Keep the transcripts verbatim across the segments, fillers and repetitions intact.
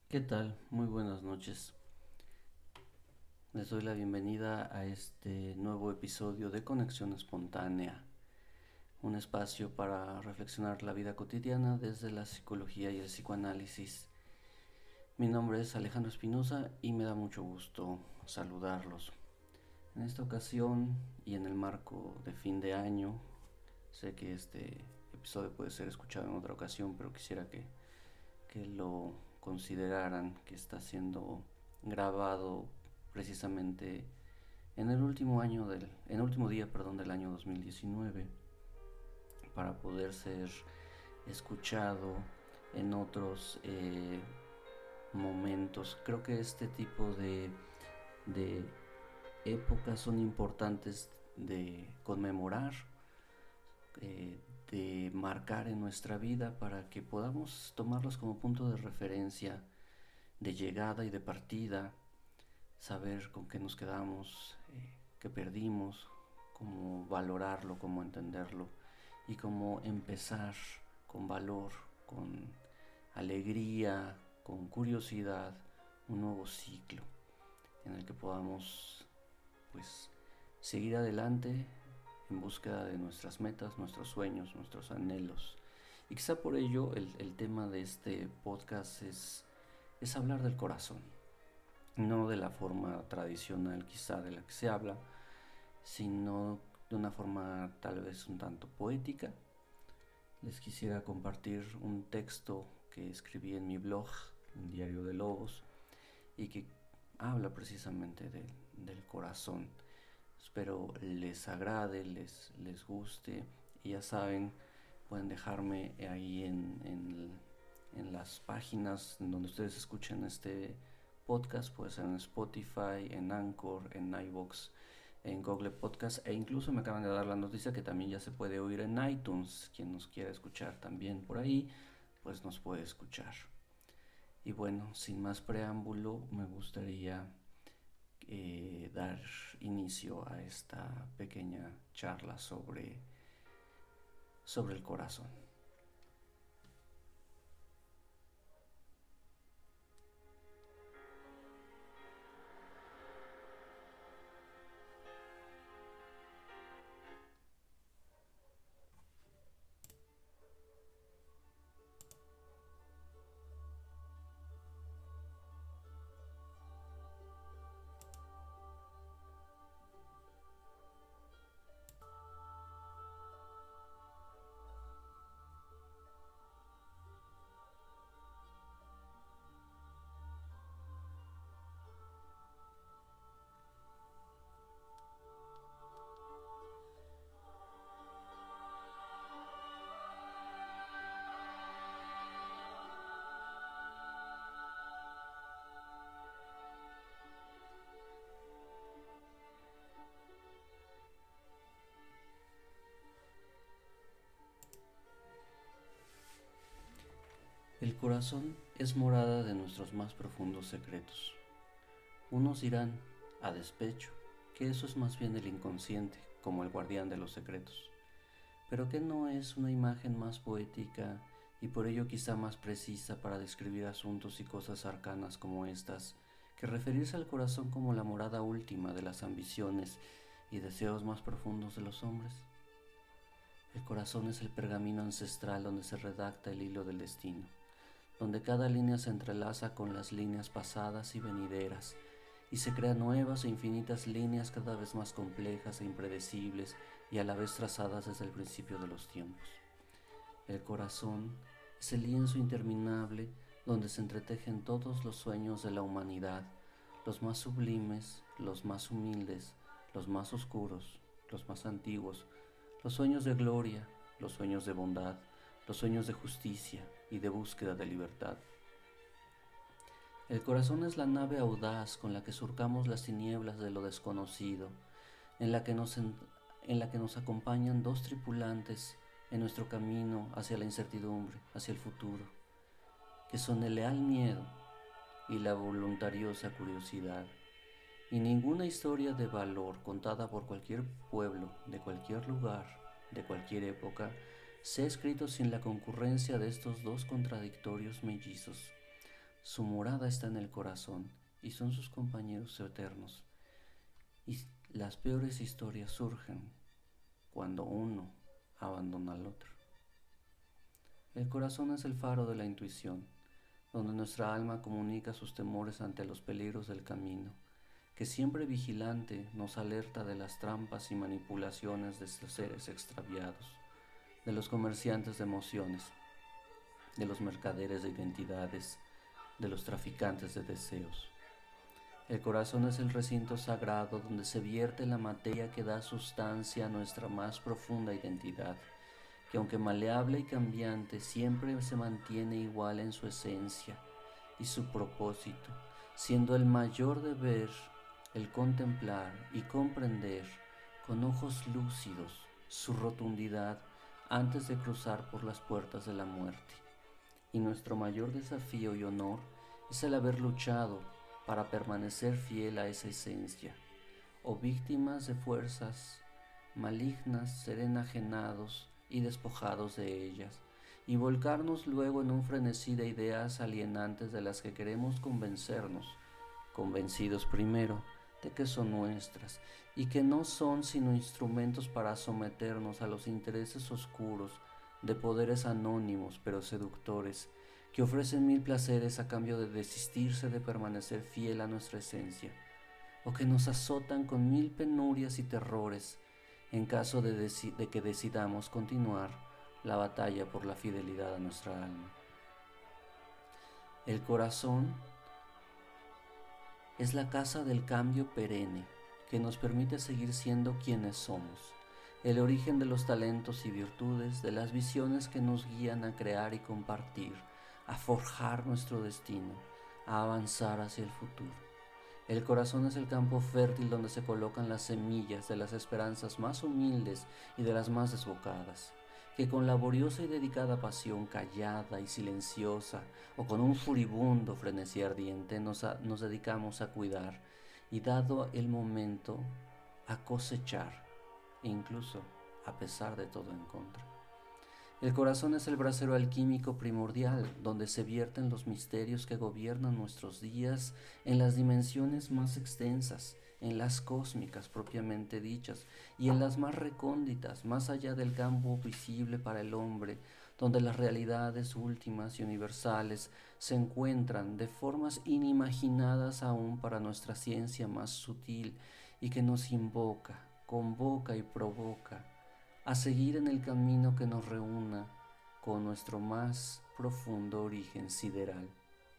¿Qué tal? Muy buenas noches. Les doy la bienvenida a este nuevo episodio de Conexión Espontánea, un espacio para reflexionar la vida cotidiana desde la psicología y el psicoanálisis. Mi nombre es Alejandro Espinosa y me da mucho gusto saludarlos. En esta ocasión y en el marco de fin de año, sé que este episodio puede ser escuchado en otra ocasión, pero quisiera que, que lo consideraran que está siendo grabado precisamente en el último año del, en el último día, perdón, del año dos mil diecinueve, para poder ser escuchado en otros eh, momentos. Creo que este tipo de, de épocas son importantes de conmemorar, eh, de marcar en nuestra vida para que podamos tomarlos como punto de referencia, de llegada y de partida, saber con qué nos quedamos, eh, qué perdimos, cómo valorarlo, cómo entenderlo y cómo empezar con valor, con alegría, con curiosidad, un nuevo ciclo en el que podamos pues seguir adelante en búsqueda de nuestras metas, nuestros sueños, nuestros anhelos. Y quizá por ello el, el tema de este podcast es, es hablar del corazón, no de la forma tradicional quizá de la que se habla, sino de una forma tal vez un tanto poética. Les quisiera compartir un texto que escribí en mi blog, en Diario de Lobos, y que habla precisamente de, del corazón. Espero les agrade, les, les guste, y ya saben, pueden dejarme ahí en, en, en las páginas en donde ustedes escuchen este podcast, puede ser en Spotify, en Anchor, en iVoox, en Google Podcast, e incluso me acaban de dar la noticia que también ya se puede oír en iTunes. Quien nos quiera escuchar también por ahí, pues nos puede escuchar. Y bueno, sin más preámbulo, me gustaría eh, dar inicio a esta pequeña charla sobre, sobre el corazón. El corazón es morada de nuestros más profundos secretos. Unos dirán, a despecho, que eso es más bien el inconsciente, como el guardián de los secretos, pero que no es una imagen más poética y por ello quizá más precisa para describir asuntos y cosas arcanas como estas, que referirse al corazón como la morada última de las ambiciones y deseos más profundos de los hombres. El corazón es el pergamino ancestral donde se redacta el hilo del destino, donde cada línea se entrelaza con las líneas pasadas y venideras, y se crean nuevas e infinitas líneas cada vez más complejas e impredecibles y a la vez trazadas desde el principio de los tiempos. El corazón es el lienzo interminable donde se entretejen todos los sueños de la humanidad, los más sublimes, los más humildes, los más oscuros, los más antiguos, los sueños de gloria, los sueños de bondad, los sueños de justicia y de búsqueda de libertad. El corazón es la nave audaz con la que surcamos las tinieblas de lo desconocido, en la que nos, en, en la que nos acompañan dos tripulantes en nuestro camino hacia la incertidumbre, hacia el futuro, que son el leal miedo y la voluntariosa curiosidad. Y ninguna historia de valor contada por cualquier pueblo, de cualquier lugar, de cualquier época, se ha escrito sin la concurrencia de estos dos contradictorios mellizos. Su morada está en el corazón y son sus compañeros eternos. Y las peores historias surgen cuando uno abandona al otro. El corazón es el faro de la intuición, donde nuestra alma comunica sus temores ante los peligros del camino, que siempre vigilante nos alerta de las trampas y manipulaciones de estos seres extraviados, de los comerciantes de emociones, de los mercaderes de identidades, de los traficantes de deseos. El corazón es el recinto sagrado donde se vierte la materia que da sustancia a nuestra más profunda identidad, que aunque maleable y cambiante, siempre se mantiene igual en su esencia y su propósito, siendo el mayor deber el contemplar y comprender con ojos lúcidos su rotundidad antes de cruzar por las puertas de la muerte. Y nuestro mayor desafío y honor es el haber luchado para permanecer fiel a esa esencia, o víctimas de fuerzas malignas, ser enajenados y despojados de ellas, y volcarnos luego en un frenesí de ideas alienantes de las que queremos convencernos, convencidos primero de que son nuestras y que no son sino instrumentos para someternos a los intereses oscuros de poderes anónimos pero seductores, que ofrecen mil placeres a cambio de desistirse de permanecer fiel a nuestra esencia, o que nos azotan con mil penurias y terrores en caso de, deci- de que decidamos continuar la batalla por la fidelidad a nuestra alma. El corazón es la casa del cambio perenne que nos permite seguir siendo quienes somos, el origen de los talentos y virtudes, de las visiones que nos guían a crear y compartir, a forjar nuestro destino, a avanzar hacia el futuro. El corazón es el campo fértil donde se colocan las semillas de las esperanzas más humildes y de las más desbocadas, que con laboriosa y dedicada pasión callada y silenciosa, o con un furibundo frenesí ardiente, nos, a, nos dedicamos a cuidar y, dado el momento, a cosechar, incluso a pesar de todo en contra. El corazón es el brasero alquímico primordial, donde se vierten los misterios que gobiernan nuestros días en las dimensiones más extensas, en las cósmicas propiamente dichas, y en las más recónditas, más allá del campo visible para el hombre, donde las realidades últimas y universales se encuentran de formas inimaginadas aún para nuestra ciencia más sutil, y que nos invoca, convoca y provoca a seguir en el camino que nos reúna con nuestro más profundo origen sideral.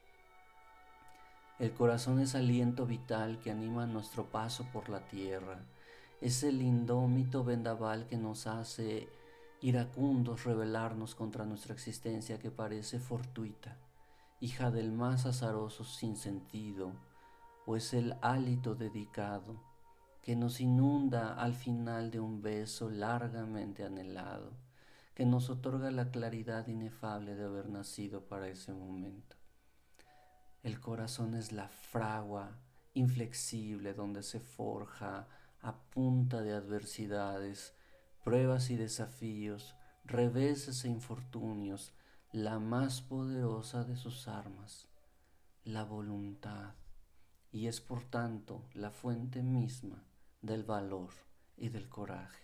El corazón es aliento vital que anima nuestro paso por la tierra, es el indómito vendaval que nos hace iracundos rebelarnos contra nuestra existencia que parece fortuita, hija del más azaroso sinsentido, o es el hálito dedicado que nos inunda al final de un beso largamente anhelado, que nos otorga la claridad inefable de haber nacido para ese momento. El corazón es la fragua inflexible donde se forja a punta de adversidades, pruebas y desafíos, reveses e infortunios, la más poderosa de sus armas, la voluntad, y es por tanto la fuente misma del valor y del coraje.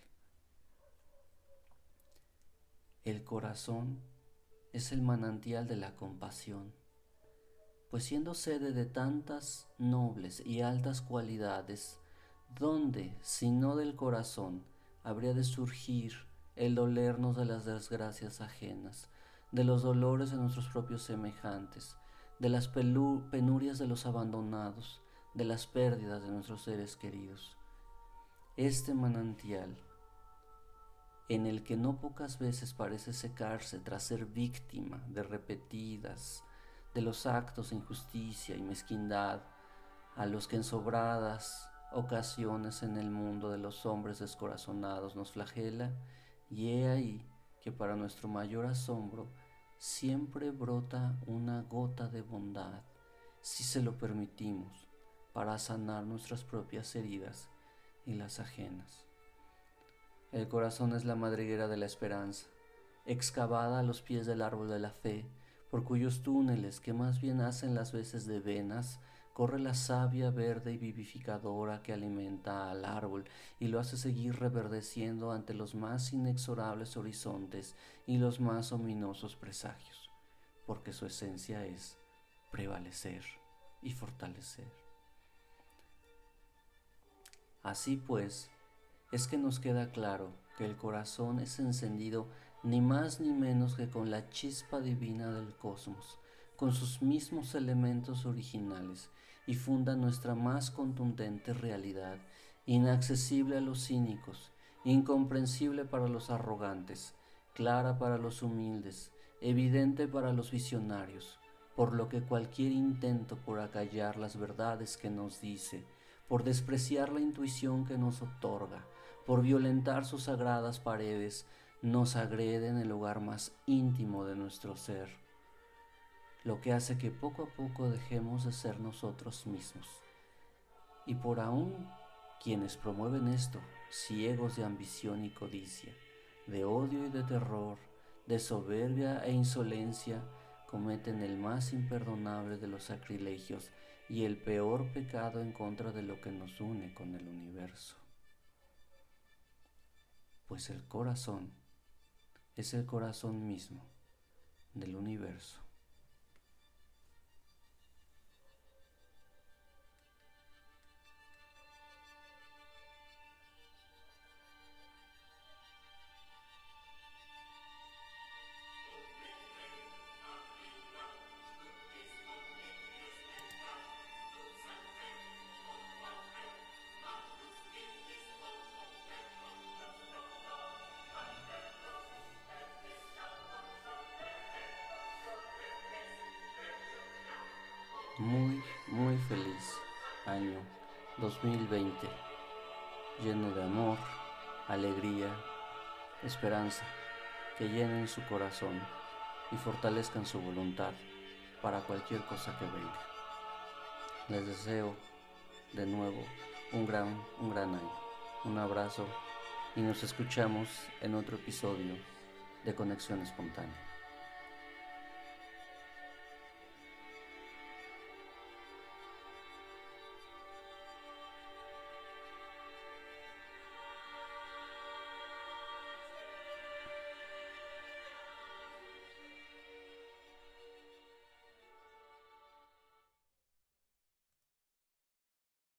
El corazón es el manantial de la compasión, pues siendo sede de tantas nobles y altas cualidades, ¿dónde, si no del corazón, habría de surgir el dolernos de las desgracias ajenas, de los dolores de nuestros propios semejantes, de las penurias de los abandonados, de las pérdidas de nuestros seres queridos? Este manantial, en el que no pocas veces parece secarse tras ser víctima de repetidas de los actos de injusticia y mezquindad a los que en sobradas ocasiones en el mundo de los hombres descorazonados nos flagela, y he ahí que para nuestro mayor asombro siempre brota una gota de bondad, si se lo permitimos, para sanar nuestras propias heridas y las ajenas. El corazón es la madriguera de la esperanza, excavada a los pies del árbol de la fe, por cuyos túneles, que más bien hacen las veces de venas, corre la savia verde y vivificadora que alimenta al árbol y lo hace seguir reverdeciendo ante los más inexorables horizontes y los más ominosos presagios, porque su esencia es prevalecer y fortalecer. Así pues, es que nos queda claro que el corazón es encendido ni más ni menos que con la chispa divina del cosmos, con sus mismos elementos originales, y funda nuestra más contundente realidad, inaccesible a los cínicos, incomprensible para los arrogantes, clara para los humildes, evidente para los visionarios, por lo que cualquier intento por acallar las verdades que nos dice, por despreciar la intuición que nos otorga, por violentar sus sagradas paredes, nos agrede en el lugar más íntimo de nuestro ser, lo que hace que poco a poco dejemos de ser nosotros mismos. Y por aún quienes promueven esto, ciegos de ambición y codicia, de odio y de terror, de soberbia e insolencia, cometen el más imperdonable de los sacrilegios y el peor pecado en contra de lo que nos une con el universo. Pues el corazón es el corazón mismo del universo. Muy, muy feliz año dos mil veinte, lleno de amor, alegría, esperanza, que llenen su corazón y fortalezcan su voluntad para cualquier cosa que venga. Les deseo de nuevo un gran, un gran año. Un abrazo y nos escuchamos en otro episodio de Conexión Espontánea.